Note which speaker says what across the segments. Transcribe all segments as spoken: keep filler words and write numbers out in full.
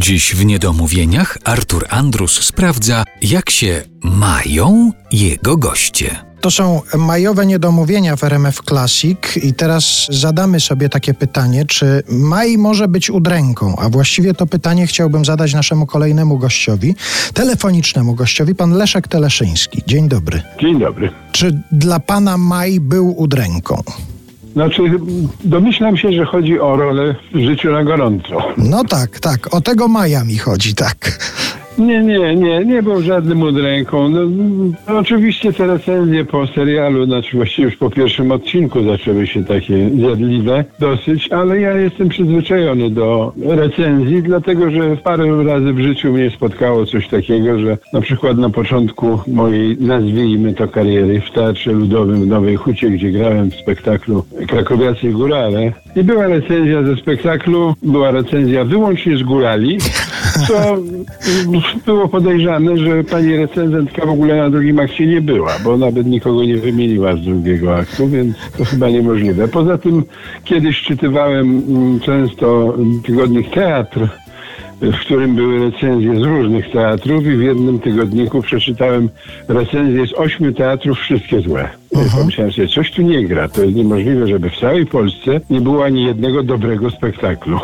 Speaker 1: Dziś w Niedomówieniach Artur Andrus sprawdza, jak się mają jego goście.
Speaker 2: To są majowe niedomówienia w R M F Classic i teraz zadamy sobie takie pytanie, czy maj może być udręką? A właściwie to pytanie chciałbym zadać naszemu kolejnemu gościowi, telefonicznemu gościowi, pan Leszek Teleszyński. Dzień dobry.
Speaker 3: Dzień dobry.
Speaker 2: Czy dla pana maj był udręką?
Speaker 3: Znaczy, domyślam się, że chodzi o rolę w życiu na gorąco.
Speaker 2: No tak, tak. O tego maja mi chodzi, tak.
Speaker 3: Nie, nie, nie, nie był żadnym udręką. No, no, oczywiście te recenzje po serialu, znaczy właściwie już po pierwszym odcinku zaczęły się takie zjadliwe dosyć, ale ja jestem przyzwyczajony do recenzji, dlatego że parę razy w życiu mnie spotkało coś takiego, że na przykład na początku mojej, nazwijmy to, kariery w Teatrze Ludowym w Nowej Hucie, gdzie grałem w spektaklu Krakowiacy Górale, i była recenzja ze spektaklu, była recenzja wyłącznie z górali, co było podejrzane, że pani recenzentka w ogóle na drugim akcie nie była, bo nawet nikogo nie wymieniła z drugiego aktu, więc to chyba niemożliwe. Poza tym kiedyś czytywałem często tygodnik Teatr, w którym były recenzje z różnych teatrów, i w jednym tygodniku przeczytałem recenzje z ośmiu teatrów, wszystkie złe. Uh-huh. Pomyślałem sobie, coś tu nie gra. To jest niemożliwe, żeby w całej Polsce nie było ani jednego dobrego spektaklu.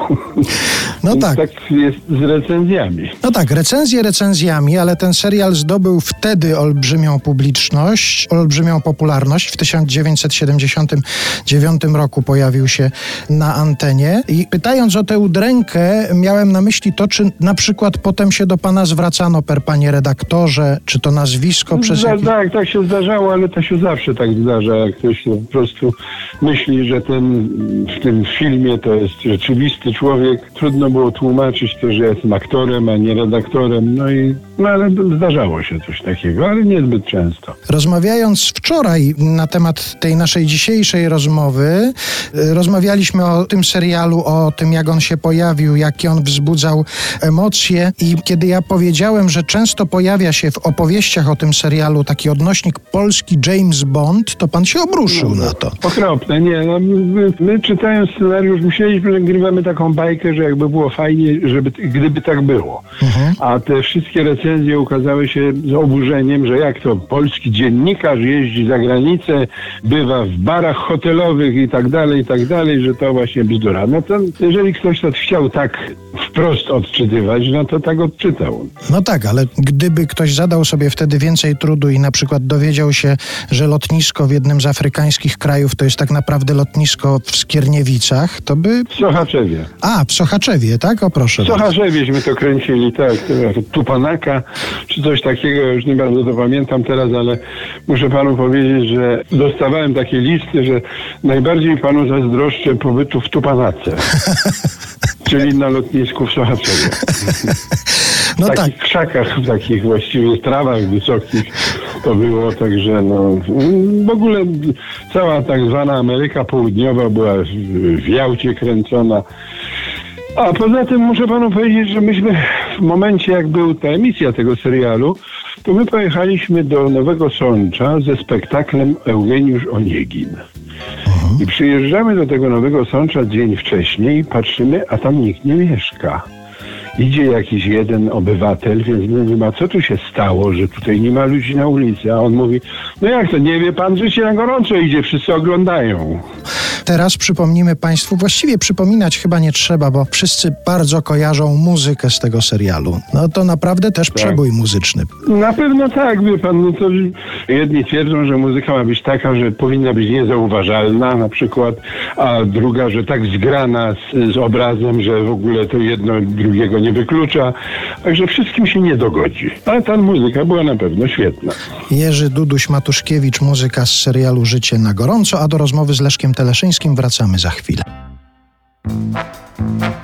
Speaker 2: No tak.
Speaker 3: Tak jest z recenzjami.
Speaker 2: No tak, recenzje recenzjami, ale ten serial zdobył wtedy olbrzymią publiczność, olbrzymią popularność. W tysiąc dziewięćset siedemdziesiątym dziewiątym roku pojawił się na antenie i pytając o tę udrękę, miałem na myśli to, czy na przykład potem się do pana zwracano per panie redaktorze, czy to nazwisko przez
Speaker 3: Zda,
Speaker 2: jakiś...
Speaker 3: Tak, tak się zdarzało, ale to się zawsze tak zdarza, jak ktoś po prostu myśli, że ten w tym filmie to jest rzeczywisty człowiek. Trudno było tłumaczyć to, że jestem aktorem, a nie redaktorem. No i no ale zdarzało się coś takiego, ale niezbyt często.
Speaker 2: Rozmawiając wczoraj na temat tej naszej dzisiejszej rozmowy, rozmawialiśmy o tym serialu, o tym, jak on się pojawił, jakie on wzbudzał emocje, i kiedy ja powiedziałem, że często pojawia się w opowieściach o tym serialu taki odnośnik polski James Bond, to pan się obruszył
Speaker 3: no,
Speaker 2: na to.
Speaker 3: Okropne, nie. No, my, my czytając scenariusz myśleliśmy, że grywamy taką bajkę, że jakby było fajnie, żeby, gdyby tak było. Mhm. A te wszystkie recenzje ukazały się z oburzeniem, że jak to polski dziennikarz jeździ za granicę, bywa w barach hotelowych i tak dalej, i tak dalej, że to właśnie bzdura. No to jeżeli ktoś to chciał tak wprost odczytywać, no to tak odczytał.
Speaker 2: No tak, ale gdyby ktoś zadał sobie wtedy więcej trudu i na przykład dowiedział się, że lotnisko w jednym z afrykańskich krajów to jest tak naprawdę lotnisko w Skierniewicach, to by...
Speaker 3: W Sochaczewie.
Speaker 2: A, w Sochaczewie, tak? O proszę.
Speaker 3: W Sochaczewiśmy to kręcili, tak. Tupanaka, czy coś takiego, już nie bardzo to pamiętam teraz, ale muszę panu powiedzieć, że dostawałem takie listy, że najbardziej panu zazdroszczę pobytu w Tupanace. Czyli na lotnisku w Sochaczewie.
Speaker 2: No
Speaker 3: w takich
Speaker 2: tak.
Speaker 3: krzakach, w takich właściwie trawach wysokich to było, także no w ogóle cała tak zwana Ameryka Południowa była w Jałcie kręcona. A poza tym muszę panu powiedzieć, że myśmy w momencie, jak była ta emisja tego serialu, to my pojechaliśmy do Nowego Sącza ze spektaklem Eugeniusz Oniegin. I przyjeżdżamy do tego Nowego Sącza dzień wcześniej i patrzymy, a tam nikt nie mieszka. Idzie jakiś jeden obywatel, więc mówimy, a co tu się stało, że tutaj nie ma ludzi na ulicy? A on mówi, no jak to, nie wie pan, że się na gorąco idzie, wszyscy oglądają.
Speaker 2: Teraz przypomnimy państwu, właściwie przypominać chyba nie trzeba, bo wszyscy bardzo kojarzą muzykę z tego serialu. No to naprawdę też tak. Przebój muzyczny.
Speaker 3: Na pewno tak, wie pan, no to jedni twierdzą, że muzyka ma być taka, że powinna być niezauważalna na przykład, a druga, że tak zgrana z, z obrazem, że w ogóle to jedno drugiego nie wyklucza. Także wszystkim się nie dogodzi. Ale ta muzyka była na pewno świetna.
Speaker 2: Jerzy Duduś-Matuszkiewicz, muzyka z serialu Życie na gorąco, a do rozmowy z Leszkiem Teleszyńskim wracamy za chwilę.